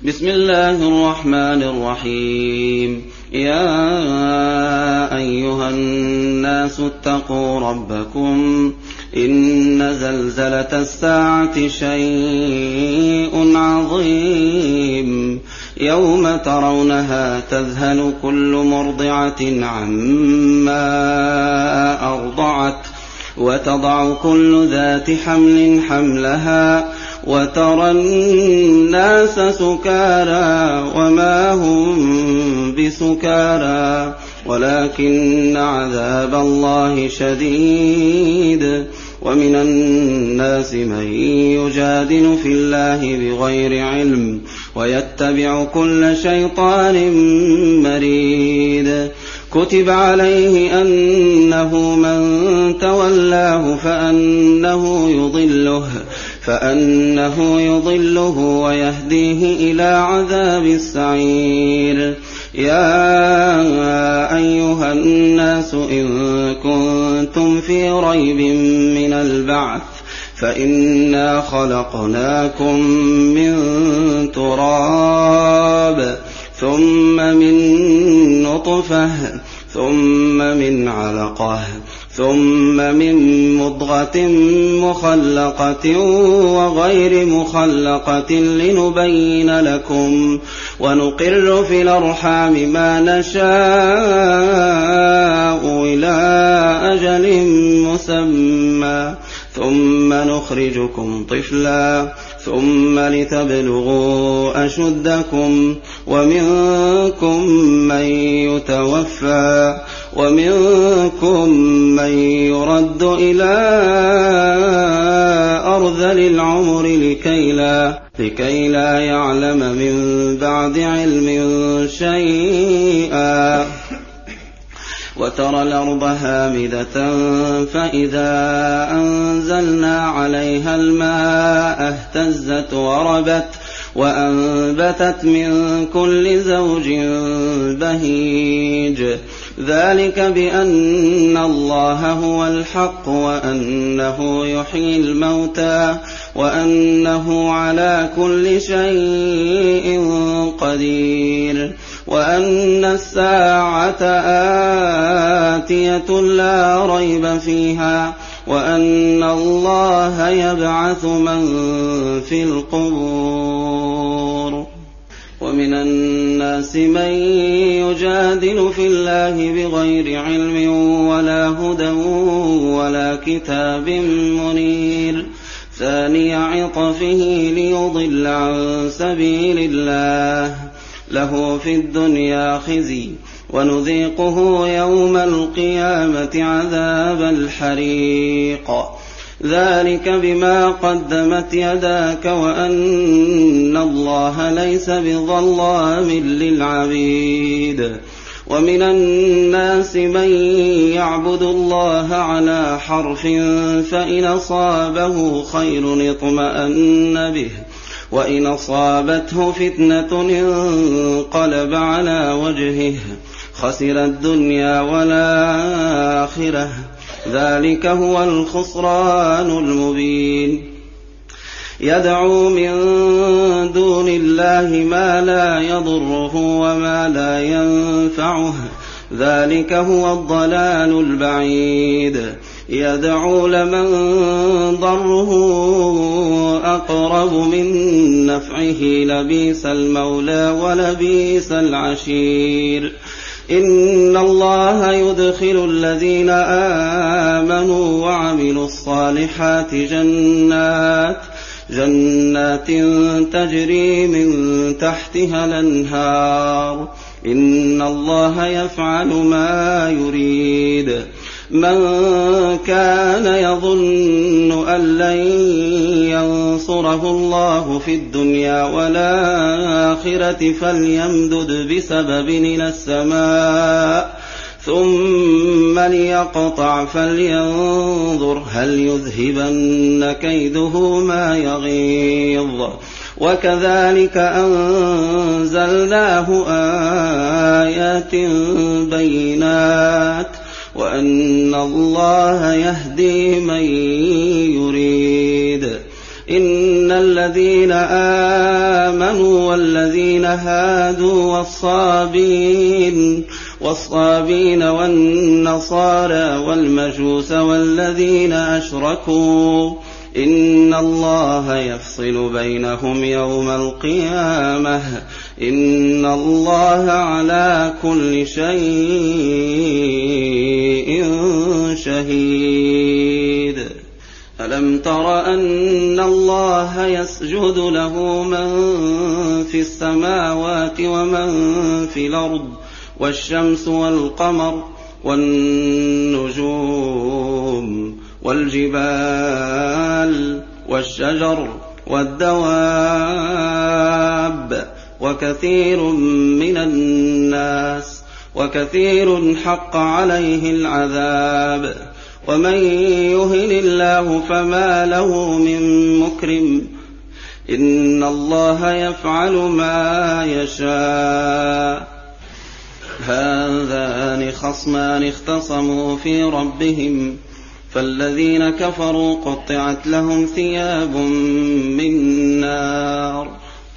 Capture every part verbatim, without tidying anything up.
بسم الله الرحمن الرحيم. يا أيها الناس اتقوا ربكم إن زلزلة الساعة شيء عظيم يوم ترونها تذهل كل مرضعة عما أرضعت وتضع كل ذات حمل حملها وترى الناس سكارى وما هم بسكارى ولكن عذاب الله شديد. ومن الناس من يجادل في الله بغير علم ويتبع كل شيطان مريد. كتب عليه أنه من تولاه فأنه يضله فأنه يضله ويهديه إلى عذاب السعير. يا أيها الناس إن كنتم في ريب من البعث فإنا خلقناكم من تراب ثم من نطفة ثم من علقة ثم من مضغة مخلقة وغير مخلقة لنبين لكم ونقر في الأرحام ما نشاء إلى أجل مسمى ثم نخرجكم طفلا ثم لتبلغوا أشدكم ومنكم من يتوفى ومنكم من يرد إلى أرذل العمر لكي لا, لكي لا يعلم من بعد علم شيئا. وترى الأرض هامدة فإذا أنزلنا عليها الماء اهتزت وربت وأنبتت من كل زوج بهيج. ذلك بأن الله هو الحق وأنه يحيي الموتى وأنه على كل شيء قدير وأن الساعة آتية لا ريب فيها وأن الله يبعث من في القبور. ومن الناس من يجادل في الله بغير علم ولا هدى ولا كتاب منير ثاني عطفه ليضل عن سبيل الله له في الدنيا خزي ونذيقه يوم القيامة عذاب الحريق. ذلك بما قدمت يداك وأن الله ليس بظلام للعبيد. ومن الناس من يعبد الله على حرف فإن أصابه خير اطمأن به وإن أصابته فتنة انقلب على وجهه خسر الدنيا والآخرة ذلك هو الخسران المبين. يدعو من دون الله ما لا يضره وما لا ينفعه ذلك هو الضلال البعيد. يدعو لمن ضره أقرب من نفعه لبئس المولى ولبئس العشير. إن الله يدخل الذين آمنوا وعملوا الصالحات جنات جنات تجري من تحتها الأنهار إن الله يفعل ما يريد. من كان يظن أن لن ينصره الله في الدنيا والآخرة فليمدد بسبب إلى السماء ثم ليقطع فلينظر هل يذهبن كيده ما يغيظ. وكذلك أنزلناه آيات بينات وأن الله يهدي من يريد. إن الذين آمنوا والذين هادوا والصابين والصابين والنصارى والمجوس والذين أشركوا إن الله يفصل بينهم يوم القيامة إن الله على كل شيء شهيد. ألم تر أن الله يسجد له من في السماوات ومن في الأرض والشمس والقمر والنجوم والجبال والشجر والدواب وكثير من الناس وكثير حق عليه العذاب ومن يهن الله فما له من مكرم إن الله يفعل ما يشاء. هذان خصمان اختصموا في ربهم فالذين كفروا قطعت لهم ثياب من نار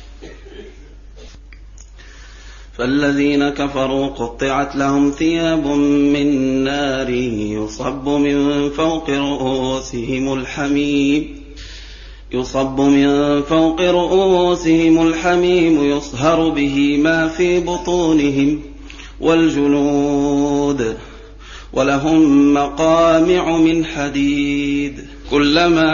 فالذين كفروا قطعت لهم ثياب من نار يصب من فوق رؤوسهم الحميم يصب من فوق رؤوسهم الحميم يصهر به ما في بطونهم والجلود ولهم مقامع من حديد كلما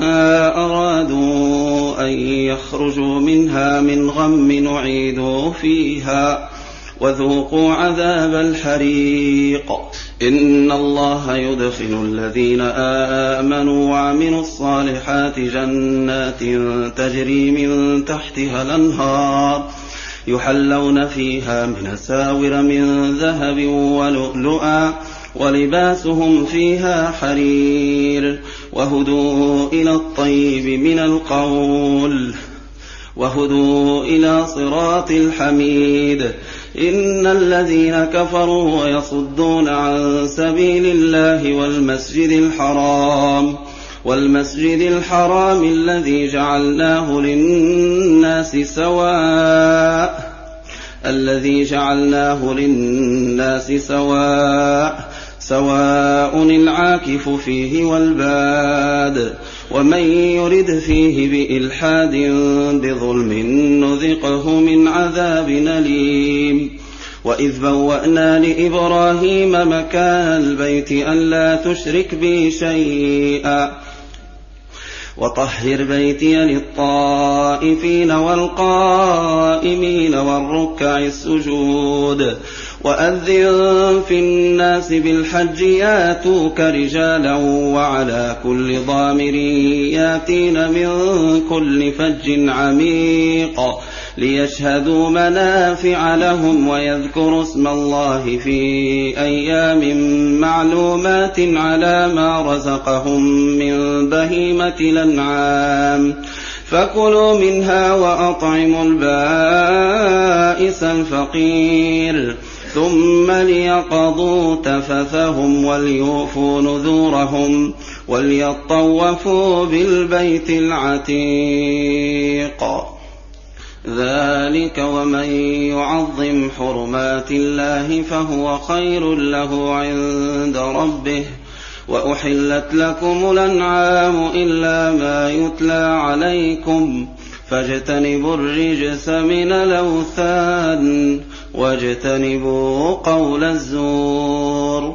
أرادوا أن يخرجوا منها من غم نعيدوا فيها وذوقوا عذاب الحريق. إن الله يدخل الذين آمنوا وعملوا الصالحات جنات تجري من تحتها الأنهار يحلون فيها من أساور من ذهب ولؤلؤا ولباسهم فيها حرير وهدوا إلى الطيب من القول وهدوا إلى صراط الحميد. إن الذين كفروا ويصدون عن سبيل الله والمسجد الحرام والمسجد الحرام الذي جعلناه للناس سواء الذي جعلناه للناس سواء سواء العاكف فيه والباد ومن يرد فيه بإلحاد بظلم نذقه من عذاب أليم. وإذ بوأنا لإبراهيم مكان البيت ألا تشرك بي شيئا وطهر بيتي للطائفين والقائمين والركع السجود وأذن في الناس بالحج ياتوك رجالا وعلى كل ضامر ياتين من كل فج عميق ليشهدوا منافع لهم ويذكروا اسم الله في أيام معلومات على ما رزقهم من بهيمة الأنعام فكلوا منها وأطعموا البائس الفقير ثم ليقضوا تفثهم وليوفوا نذورهم وليطوفوا بالبيت العتيق. ذلك ومن يعظم حرمات الله فهو خير له عند ربه. وأحلت لكم الأنعام إلا ما يتلى عليكم فاجتنبوا الرجس من الأوثان واجتنبوا قول الزور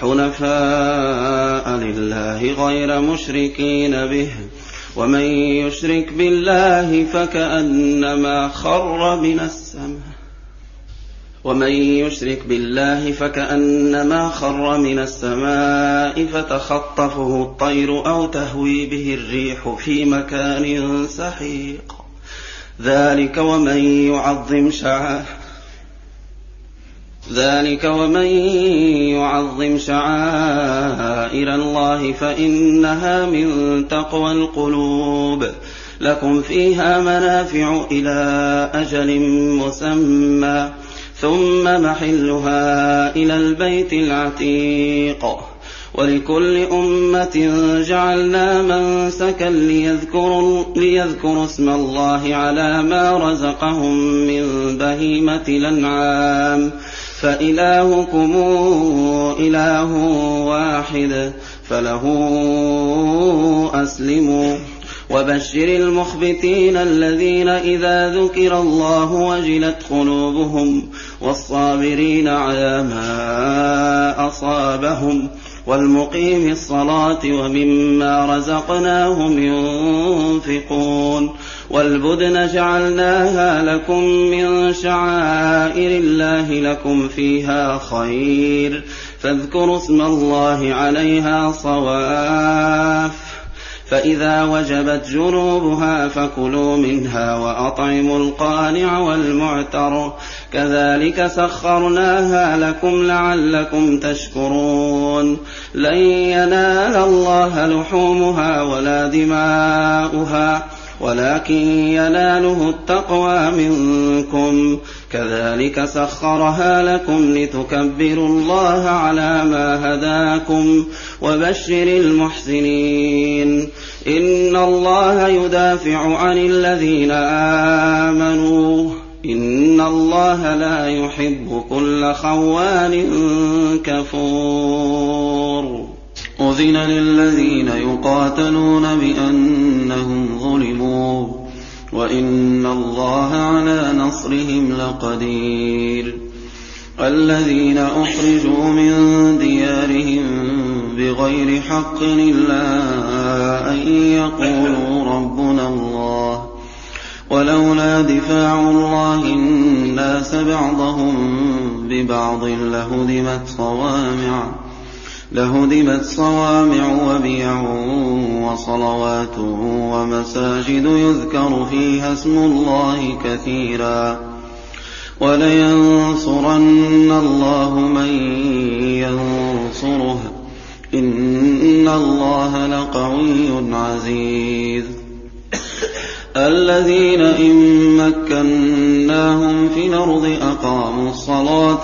حنفاء لله غير مشركين به ومن يشرك بالله فكأنما خر من السماء ومن يشرك بالله فكأنما خر من السماء فتخطفه الطير أو تهوي به الريح في مكان سحيق. ذلك ومن يعظم شعائر ذلك ومن يعظم شعائر الله فإنها من تقوى القلوب. لكم فيها منافع إلى أجل مسمى ثم محلها إلى البيت العتيق. وَلِكُلِّ أُمَّةٍ جَعَلْنَا مَنسَكًا لِيَذْكُرُوا, ليذكروا اسْمَ اللَّهِ عَلَىٰ مَا رَزَقَهُم مِّن بَهِيمَةِ الْأَنْعَامِ فَإِلَٰهُكُمْ إِلَٰهٌ وَاحِدٌ فَلَهُ أَسْلِمُوا وَبَشِّرِ الْمُخْبِتِينَ الَّذِينَ إِذَا ذُكِرَ اللَّهُ وَجِلَتْ قُلُوبُهُمْ وَالصَّابِرِينَ عَلَىٰ مَا أَصَابَهُمْ وَالْمُقِيمِي الصَّلَاةِ وَمِمَّا رَزَقْنَاهُمْ يُنفِقُونَ وَالْبُدْنَ جَعَلْنَاهَا لَكُم مِّن شَعَائِرِ اللَّهِ لَكُمْ فِيهَا خَيْرٌ فاذكروا اسم الله عليها صواف فإذا وجبت جنوبها فكلوا منها وأطعموا القانع والمعتر كذلك سخرناها لكم لعلكم تشكرون لن ينال الله لحومها ولا دماؤها ولكن يناله التقوى منكم كذلك سخرها لكم لتكبروا الله على ما هداكم وبشر المحسنين إن الله يدافع عن الذين آمنوا إن الله لا يحب كل خوان كفور أذن للذين يقاتلون بأنهم ظلموا وإن الله على نصرهم لقدير الذين أخرجوا من ديارهم بغير حق إلا أن يقولوا ربنا الله ولولا دفاع الله الناس بعضهم ببعض لهدمت صوامع لهدمت صوامع وبيع وصلوات ومساجد يذكر فيها اسم الله كثيرا ولينصرن الله من ينصره إن الله لقوي عزيز الذين إن مكناهم في الأرض أقاموا الصلاة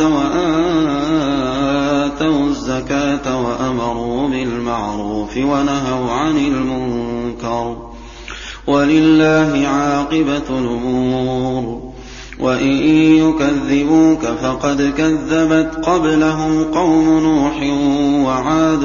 وآتوا الزكاة وأمروا بالمعروف ونهوا عن المنكر ولله عاقبة الأمور وإن يكذبوك فقد كذبت قبلهم قوم نوح وعاد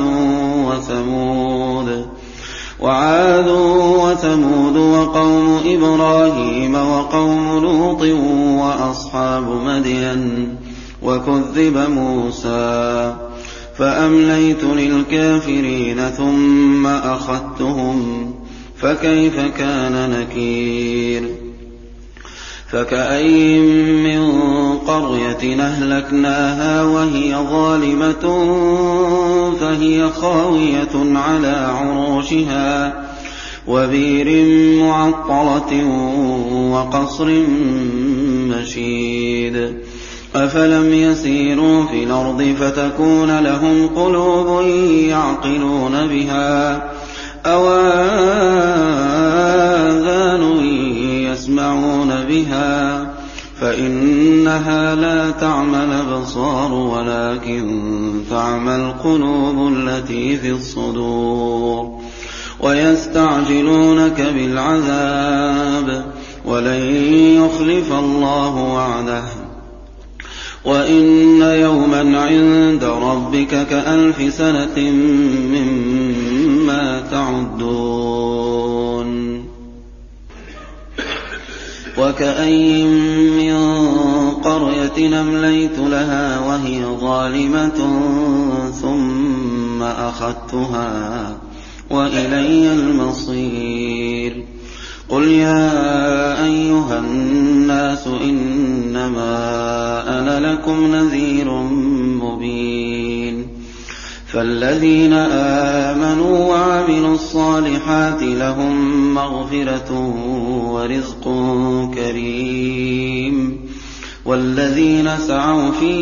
وثمود وعاد وثمود وقوم إبراهيم وقوم لوط وأصحاب مدين وكذب موسى فأمليت للكافرين ثم أخذتهم فكيف كان نكير فكأي من قرية أهلكناها وهي ظالمة فهي خاوية على عروشها وبير معطلة وقصر مشيد أفلم يسيروا في الأرض فتكون لهم قلوب يعقلون بها أو آذان يسمعون بها فإنها لا تعمى الأبصار ولكن تعمى القلوب التي في الصدور ويستعجلونك بالعذاب ولن يخلف الله وعده وإن يوما عند ربك كألف سنة مما تعدون وكأي من قرية أمليت لها وهي ظالمة ثم أخذتها وإلي المصير قل يا أيها الناس إنما أنا لكم نذير مبين فالذين آمنوا وعملوا الصالحات لهم مغفرة ورزق كريم والذين سعوا في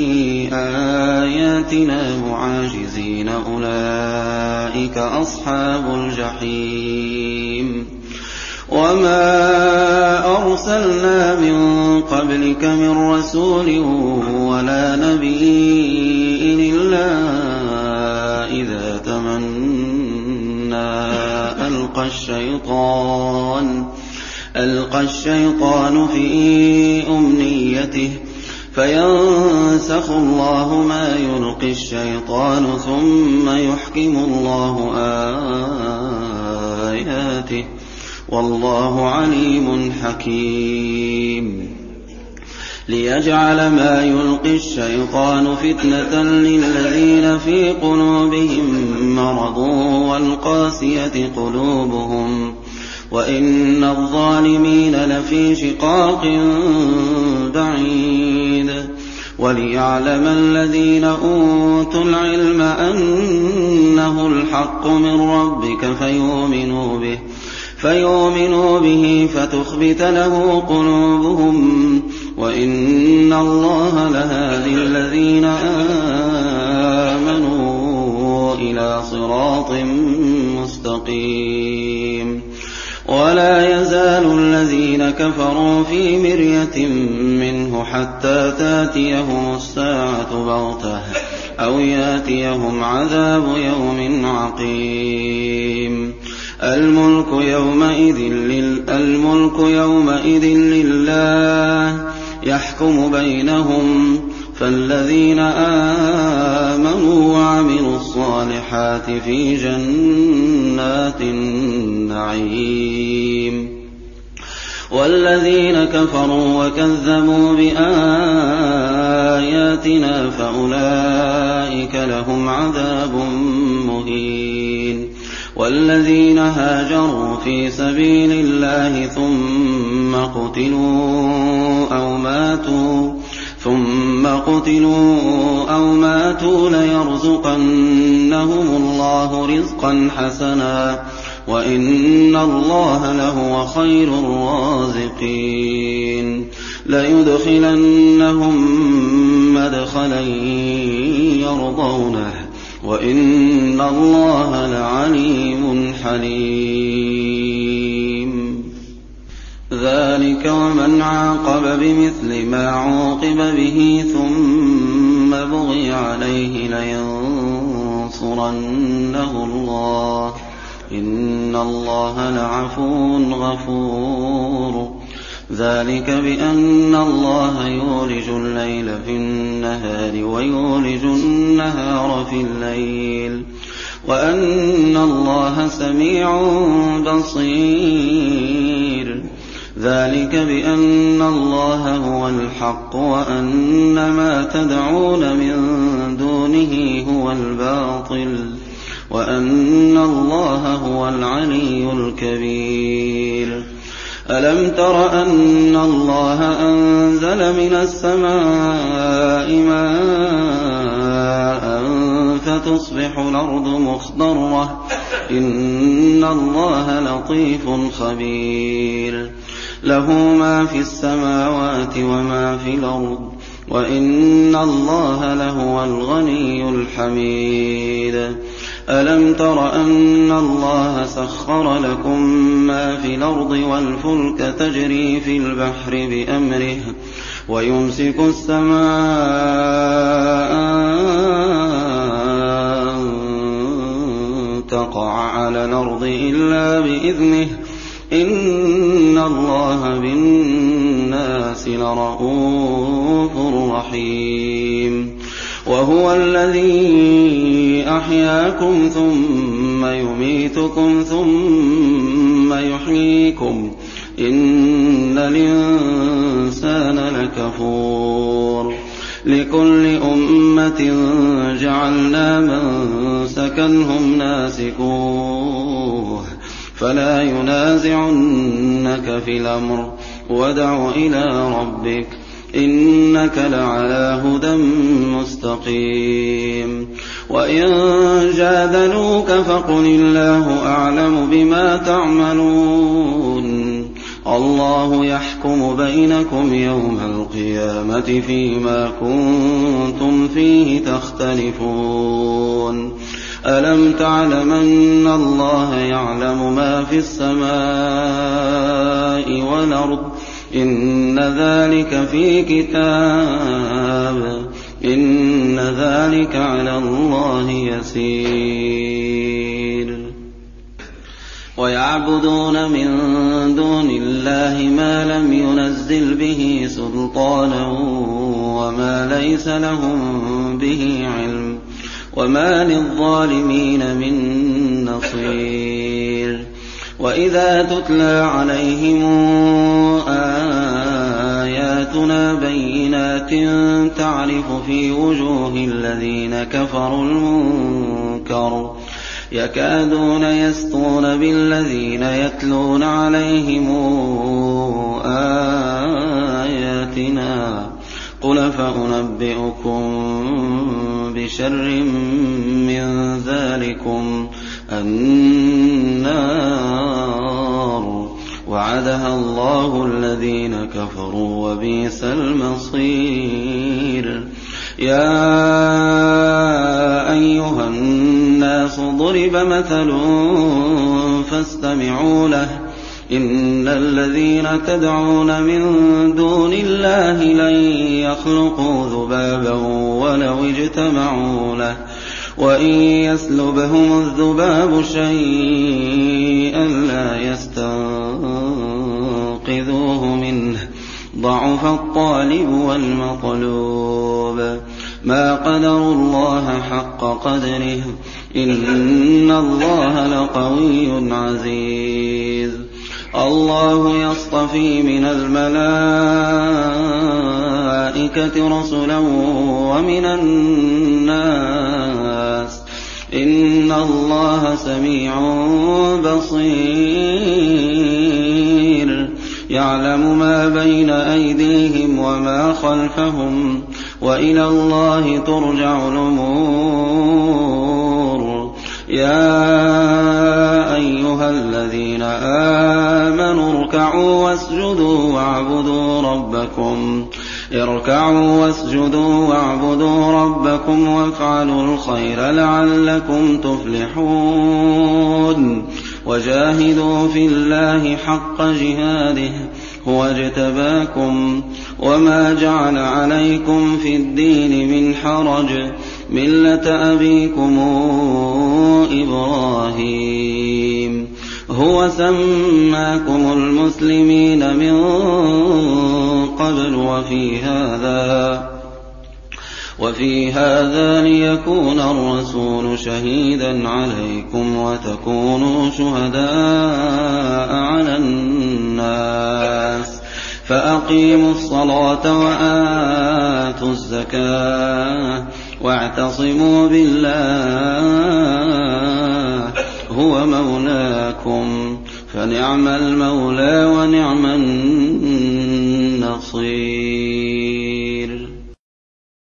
آياتنا معاجزين أولئك أصحاب الجحيم وما أرسلنا من قبلك من رسول ولا نبي إلا إذا تمنى ألقى الشيطان ألقى الشيطان في أمنيته فينسخ الله ما يلقي الشيطان ثم يحكم الله آياته والله عليم حكيم ليجعل ما يلقي الشيطان فتنة للذين في قلوبهم مرض والقاسية قلوبهم وإن الظالمين لفي شقاق بعيد وليعلم الذين أوتوا العلم أنه الحق من ربك فيؤمنوا به فيؤمنوا به فتخبت له قلوبهم وإن الله لهادي الذين آمنوا إلى صراط مستقيم ولا يزال الذين كفروا في مرية منه حتى تاتيهم الساعة بغتة أو ياتيهم عذاب يوم عقيم الملك يومئذ, لل... الملك يومئذ لله يحكم بينهم فالذين آمنوا وعملوا الصالحات في جنات النعيم والذين كفروا وكذبوا بآياتنا فأولئك لهم عذاب مهين والذين هاجروا في سبيل الله ثم قتلوا أو ماتوا ثم قتلوا أو ماتوا ليرزقنهم الله رزقا حسنا وإن الله لهو خير الرازقين ليدخلنهم مدخلا يرضونه وإن الله لعليم حليم ذلك ومن عاقب بمثل ما عوقب به ثم بغي عليه لينصرنه الله إن الله لعفو غفور ذلك بأن الله يولج الليل في النهار ويولج النهار في الليل وأن الله سميع بصير ذلك بأن الله هو الحق وأن ما تدعون من دونه هو الباطل وأن الله هو العلي الكبير ألم تر أن الله أنزل من السماء ماء فتصبح الأرض مخضرة إن الله لطيف خبير له ما في السماوات وما في الأرض وإن الله لهو الغني الحميد ألم تر أن الله سخر لكم ما في الأرض والفلك تجري في البحر بأمره ويمسك السماء أن تقع على الأرض إلا بإذنه إن الله بالناس لرءوف رحيم وهو الذي أحياكم ثم يميتكم ثم يحييكم إن الإنسان لكفور لكل أمة جعلنا منسكا هم ناسكوه فلا ينازعنك في الأمر وادع إلى ربك إنك لعلى هدى مستقيم وإن جادلوك فقل الله أعلم بما تعملون الله يحكم بينكم يوم القيامة فيما كنتم فيه تختلفون ألم تعلم أن الله يعلم ما في السماء والأرض إن ذلك في كتاب إن ذلك على الله يسير ويعبدون من دون الله ما لم ينزل به سلطانا وما ليس لهم به علم وما للظالمين من نصير وإذا تتلى عليهم آياتنا بينات تعرف في وجوه الذين كفروا المنكر يكادون يسطون بالذين يتلون عليهم آياتنا قل فأنبئكم بشر من ذلكم النار وعدها الله الذين كفروا وبئس المصير يا أيها الناس ضرب مثل فاستمعوا له إن الذين تدعون من دون الله لن يخلقوا ذبابا ولو اجتمعوا له وإن يسلبهم الذباب شيئا لا يستنقذوه منه ضعف الطالب والمطلوب ما قدروا الله حق قدره إن الله لقوي عزيز الله يصطفي من الملائكة رسلا ومن الناس إن الله سميع بصير يعلم ما بين أيديهم وما خلفهم وإلى الله ترجع الأمور يا أيها الذين آمنوا اركعوا واسجدوا واعبدوا ربكم اركعوا واسجدوا واعبدوا ربكم وافعلوا الخير لعلكم تفلحون وجاهدوا في الله حق جهاده هو اجتباكم وما جعل عليكم في الدين من حرج ملة أبيكم إبراهيم هو سماكم المسلمين من قبل وفي هذا وفي هذا ليكون الرسول شهيدا عليكم وتكونوا شهداء على الناس فأقيموا الصلاة وآتوا الزكاة واعتصموا بالله هو مولاكم فنعم المولى ونعم النصير